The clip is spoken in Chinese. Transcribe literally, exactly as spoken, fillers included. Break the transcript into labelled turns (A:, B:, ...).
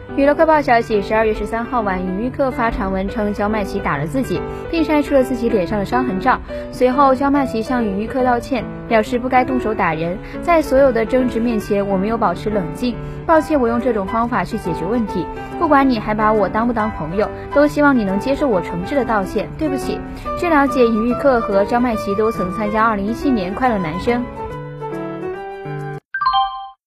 A: 娱乐快报消息，十二月十三号晚，于玉克发长文称焦麦琪打了自己，并晒出了自己脸上的伤痕照。随后，焦麦琪向于玉克道歉，表示不该动手打人，在所有的争执面前，我没有保持冷静，抱歉，我用这种方法去解决问题。不管你还把我当不当朋友，都希望你能接受我诚挚的道歉，对不起。据了解，于玉克和焦麦琪都曾参加二零一七年快乐男声。